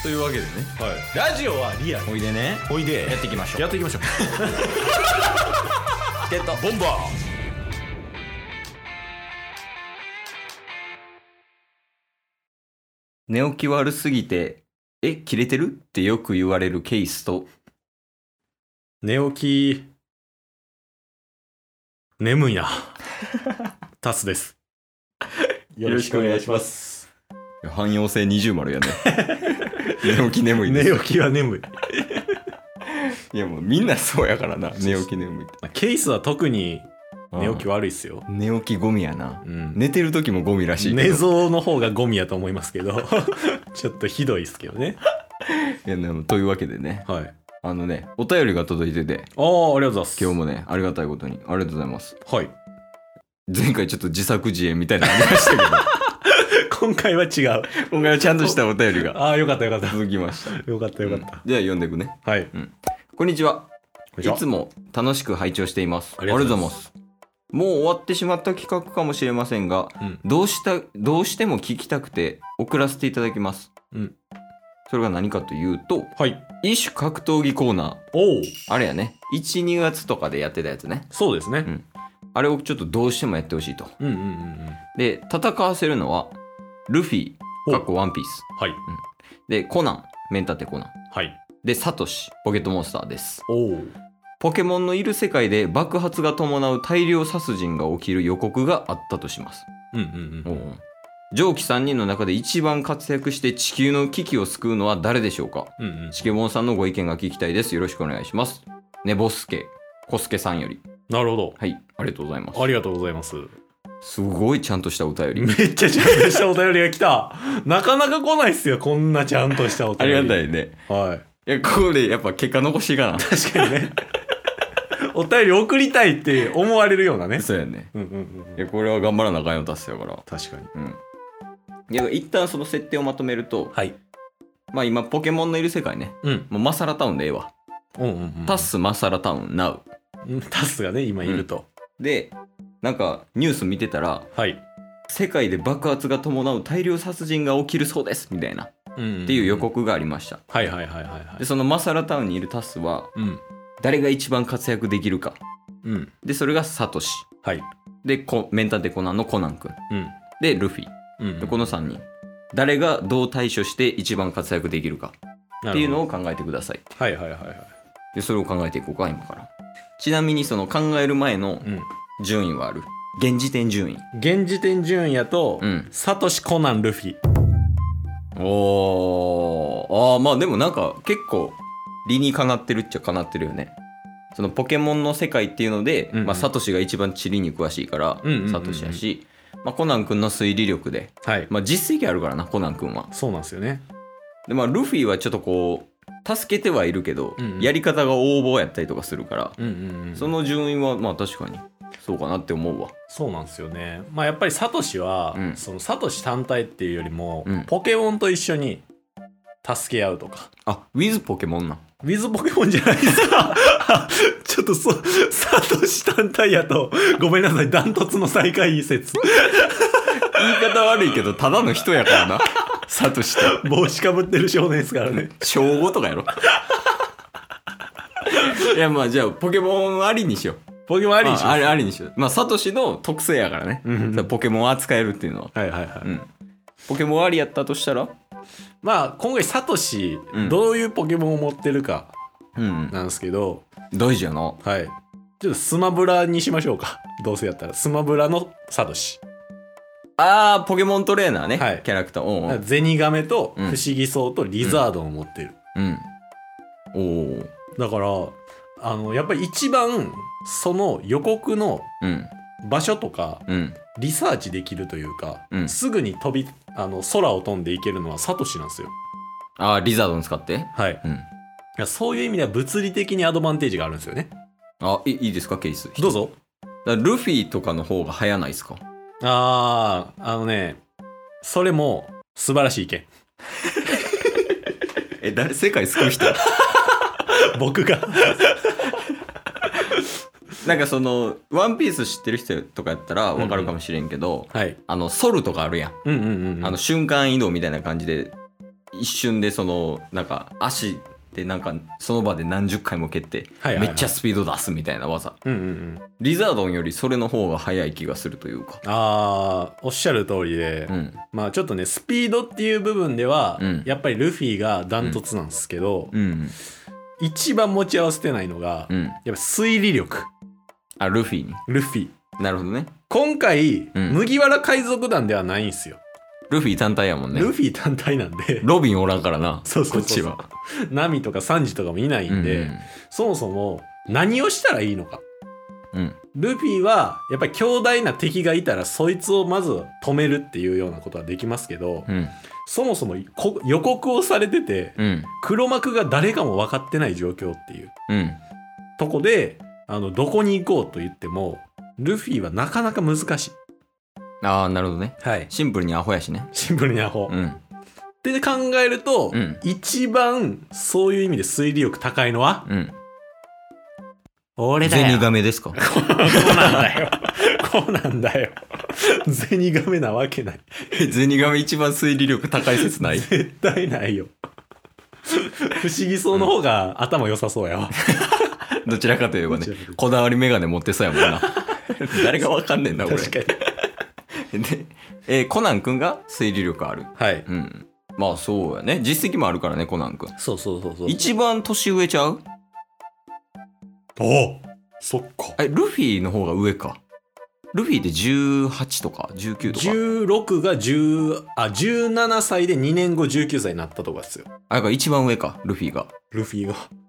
というわけでね、 はい、ラジオはリアル。 おいでね、 おいでやっていきましょう。 やっていきましょうゲットボンバー。 寝起き悪すぎて切れてるってよく言われるケースと、 寝起き眠いなタスです。よろしくお願いします。 汎用性20丸やね寝起き眠いです。 寝起きは眠いいやもうみんなそうやからな。寝起き眠いって。 ケースは特に寝起き悪いっすよ。 寝起きゴミやな、 うん、 寝てる時もゴミらしいけど。 寝相の方がゴミやと思いますけどちょっとひどいっすけどね。 いやでもというわけでね、 はい、 お便りが届いてて、 ありがとうございます。 今日もね、ありがたいことにありがとうございます。 はい。 前回ちょっと自作自演みたいなのありましたけど今回は違う。 今回はちゃんとしたお便りがああ、よかったよかった続きました。 よかったよかった、 じゃあ読んでいくね。 はい、 こんにちは。 こんにちは。 いつも楽しく拝聴しています。 ありがとうございます。 もう終わってしまった企画かもしれませんが、どうしても聞きたくて送らせていただきます。それが何かというと、 はい、 異種格闘技コーナー。 おお、あれやね、1、2月とかでやってたやつね。 そうですね、 あれをちょっとどうしてもやってほしいと。で、戦わせるのはルフィワンピース、 はい、 でコナン、メンタテコナン、 はい、 でサトシ、ポケットモンスターです。 おお。 ポケモンのいる世界で爆発が伴う大量殺人が起きる予告があったとします。上記3人の中で一番活躍して地球の危機を救うのは誰でしょうか。チケモンさんのご意見が聞きたいです。よろしくお願いします。ねぼすけこすけさんより。 なるほど。 はい、ありがとうございます。 ありがとうございます。 すごいちゃんとしたお便り。 めっちゃちゃんとしたお便りが来たなかなか来ないっすよ、こんなちゃんとしたお便り。 ありがたいね。 はい。 いや、これやっぱ結果残しいかな。 確かにねお便り送りたいって思われるようなね。 そうやね。いや、これは頑張らなあかんよ、達成やから。 確かに。 いや、一旦その設定をまとめると、 はい。 まあ今ポケモンのいる世界ね、もうマサラタウンでええわ。タスマサラタウンナウ。 タスがね今いると。 で、なんかニュース見てたら、 はい、 世界で爆発が伴う大量殺人が起きるそうですみたいな、っていう予告がありました。で、そのマサラタウンにいるタスは、誰が一番活躍できるか。で、それがサトシ。で、メンタテコナンのコナン君。で、ルフィ。で、この3人。誰がどう対処して一番活躍できるかっていうのを考えてください。で、それを考えていこうか、今から。ちなみにその考える前の順位はある。現時点順位やと、サトシ、コナン、ルフィ。 まあでもなんか結構理にかなってるっちゃかなってるよね。そのポケモンの世界っていうので、まあサトシが一番地理に詳しいからサトシやし、まあコナン君の推理力で、まあ実績あるからな、コナン君は。 そうなんですよね。 で、まあルフィはちょっとこう助けてはいるけど、やり方が横暴やったりとかするから、その順位はまあ確かにそうかなって思うわ。 そうなんですよね。まあやっぱりサトシは、そのサトシ単体っていうよりも、ポケモンと一緒に助け合うとか。 ウィズポケモンな。 ウィズポケモンじゃないですかちょっとサトシ単体やとごめんなさい、ダントツの最下位説言い方悪いけどただの人やからなサトシって帽子かぶってる少年ですからね。 小5とかやろいや、まあじゃあポケモンありにしよう。 ポケモンありにしよう。 ありにしよう。まあサトシの特性やからね、ポケモンを扱えるっていうのは。ポケモンありやったとしたら、 まあ今回サトシ、どういうポケモンを持ってるかなんですけど、 大事やな。はい。 ちょっとスマブラにしましょうか。どうせやったらスマブラのサトシ。 ポケモントレーナーね、キャラクター。 ゼニガメと不思議草とリザードンを持ってる。だからやっぱり一番その予告の場所とか、リサーチできるというか、すぐに空を飛んでいけるのはサトシなんですよ。 リザードン使って。 そういう意味では物理的にアドバンテージがあるんですよね。 いいですか、ケース。 どうぞ。 ルフィとかの方が早ないですか。 それも素晴らしい意見誰、世界救う人僕がなんかそのワンピース知ってる人とかやったら分かるかもしれんけど、ソルとかあるやん、瞬間移動みたいな感じで一瞬でそのなんか足でなんかその場で何十回も蹴って、めっちゃスピード出すみたいな技、リザードンよりそれの方が速い気がするというか。 おっしゃる通りで、まあちょっとねスピードっていう部分では、やっぱりルフィがダントツなんですけど、一番持ち合わせてないのが、やっぱ推理力。 ルフィに。 ルフィ。 なるほどね。 今回、麦わら海賊団ではないんすよ。 ルフィ単体やもんね。 ルフィ単体なんで。 ロビンおらんからな。 そうこっちは。 ナミとかサンジとかもいないんで、そもそも何をしたらいいのか。ルフィはやっぱり強大な敵がいたらそいつをまず止めるっていうようなことはできますけど、そもそも予告をされてて、黒幕が誰かも分かってない状況っていう、とこでどこに行こうと言ってもルフィはなかなか難しい。 なるほどね。シンプルにアホやしね。 シンプルにアホ。って考えると、一番そういう意味で推理力高いのは、俺だよ。 ゼニガメですか？こうなんだよ。こうなんだよ。ゼニガメなわけない。 ゼニガメ一番推理力高い説ない？ 絶対ないよ。不思議そうの方が頭良さそうやわ。 どちらかといえばね、こだわりメガネ持ってそうやもんな。誰がわかんねえんだこれ。 確かに。で、コナン君が推理力ある。 はい。 まあそうやね。実績もあるからね、コナン君。 そう。 一番年上ちゃう？ そっか。 ルフィの方が上か。ルフィって18とか19とか。 16が17歳で2年後19歳になったとかですよ。 だから一番上か、ルフィが。 ルフィ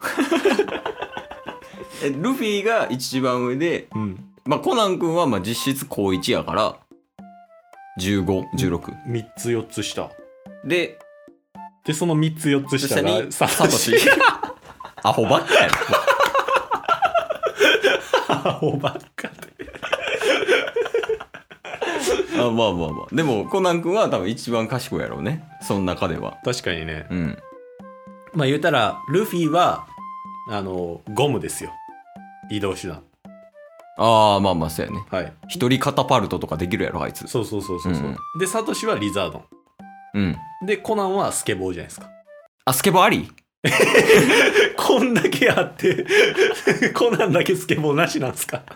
が一番上で、まあコナン君はまあ実質高1やから15、16。 3つ4つ下。 でその3つ4つ下がサトシ。アホばっかやろ。 アホばっかで。 まあ。でもコナン君は多分一番賢いやろうね。その中では。 確かにね。まあ言うたらルフィはゴムですよ。移動手段。 まあそうやね。 はい。 一人カタパルトとかできるやろあいつ。 そう。でサトシはリザードン。でコナンはスケボーじゃないですか。 スケボーあり？ こんだけあってコナンだけスケボーなしなんですか？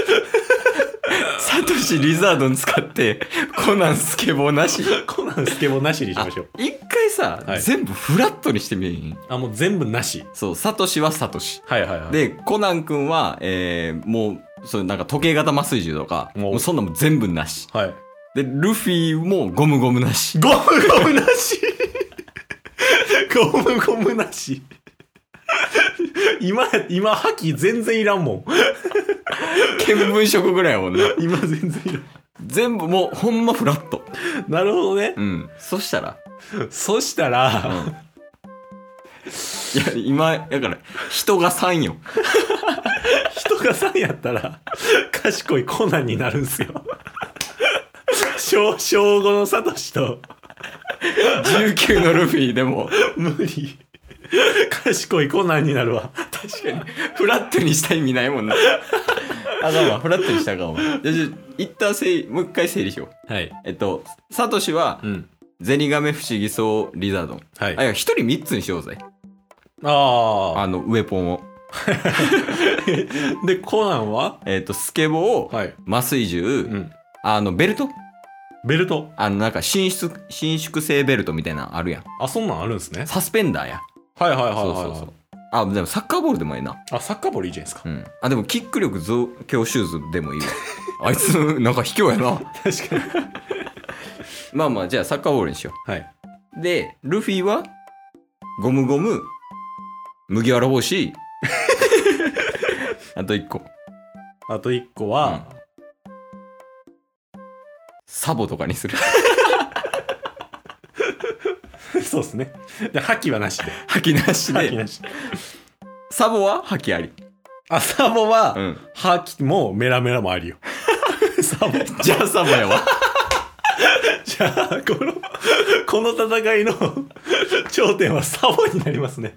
サトシリザードン使ってコナンスケボーなし？ コナンスケボーなしにしましょう。 一回さ、全部フラットにしてみるん？ もう全部なし。 そう、サトシはサトシ。 はい。 でコナン君はもうそうなんか時計型麻酔銃とかもうそんなもん全部なし。 はい。 でルフィもゴムゴムなし。 ゴムなし。ゴムなし。今覇気全然いらんもん。 見聞色ぐらいやもんね。 今全然いらん。 全部もうほんまフラット。 なるほどね。 そしたら、いや今だから人が3よ。 人が3やったら賢いコナンになるんすよ。小5のサトシと 19のルフィでも無理。賢いコナンになるわ。 確かにフラットにした意味ないもんな。フラットにしたかも。じゃ一旦もう一回整理しよう。はい。 サトシは、ゼニガメ不思議そうリザードン。 はい。 一人3つにしようぜ。ウェポンを。 でコナンはスケボー、麻酔銃、ベルトなんか伸縮性ベルトみたいなのあるやん。 そんなんあるんですね。 サスペンダーや。 はい。 そうでもサッカーボールでもいいな。 サッカーボールいいじゃないですか。 でもキック力増強シューズでもいいわ。あいつなんか卑怯やな。 確かに。 まあじゃあサッカーボールにしよう。はい。 でルフィはゴム麦わら帽子。あと1個は、サボとかにする。 そうですね。で覇気はなしで。 覇気なしで。サボは覇気あり。 サボは、覇気もメラメラもありよ。サボ。 じゃあサボやわ。 じゃあこの戦いの頂点はサボになりますね。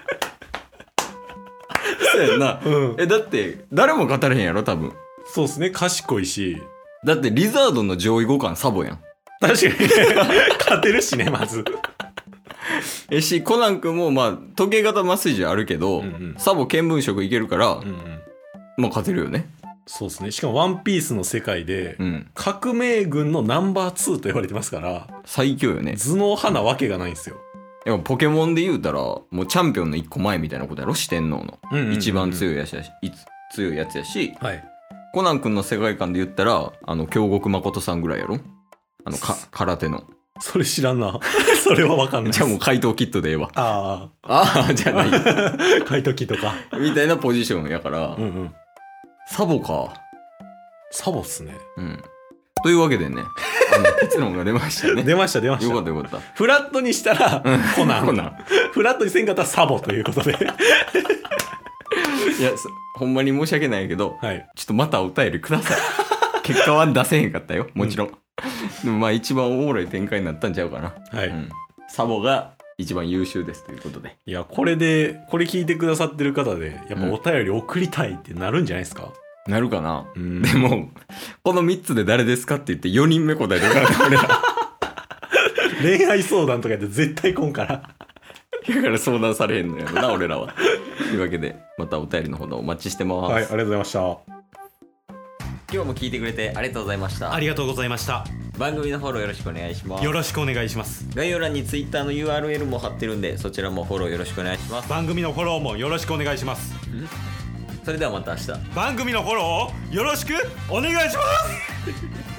そうやんな。だって誰も勝たれへんやろ多分。 そうですね。賢いし。 だってリザードンの上位互換サボやん。 確かに。勝てるしねまず。 しコナン君もまあ時計型麻酔銃あるけど、サボ見聞色いけるから、まあ勝てるよね。 そうですね。しかもワンピースの世界で、革命軍のナンバー2と言われてますから、 最強よね。 頭脳派なわけがないんですよ。 でもポケモンで言うたらもうチャンピオンの1個前みたいなことやろ、四天王の、一番強いやつやし、はい、コナン君の世界観で言ったら京極誠さんぐらいやろ、空手の。 それ知らんな。それは分かんない。 じゃあもう怪盗キットでええわ。 ああじゃない怪盗キットかみたいなポジションやから、サボか。 サボっすね。 というわけでね、結論が出ましたね。 出ました。よかったよかった。 フラットにしたらコナン。フラットにせんかったらサボということで。 いやほんまに申し訳ないけど、ちょっとまたお便りください。結果は出せへんかったよ、もちろん。でもまあ一番おもろい展開になったんちゃうかな。サボが一番優秀ですということで。 いやこれ聞いてくださってる方でやっぱお便り送りたいってなるんじゃないですか。 なるかな。でもこの3つで誰ですかって言って4人目答えてるからね、俺ら。 恋愛相談とか言って絶対来んから。 だから相談されへんのやろな、俺らは。というわけでまたお便りのほどお待ちしてます。 はい、ありがとうございました。 今日も聞いてくれてありがとうございました。 ありがとうございました。 番組のフォローよろしくお願いします。 よろしくお願いします。 概要欄に Twitter の URL も貼ってるんで、そちらもフォローよろしくお願いします。 番組のフォローもよろしくお願いします。 それではまた明日。 番組のフォローをよろしくお願いします。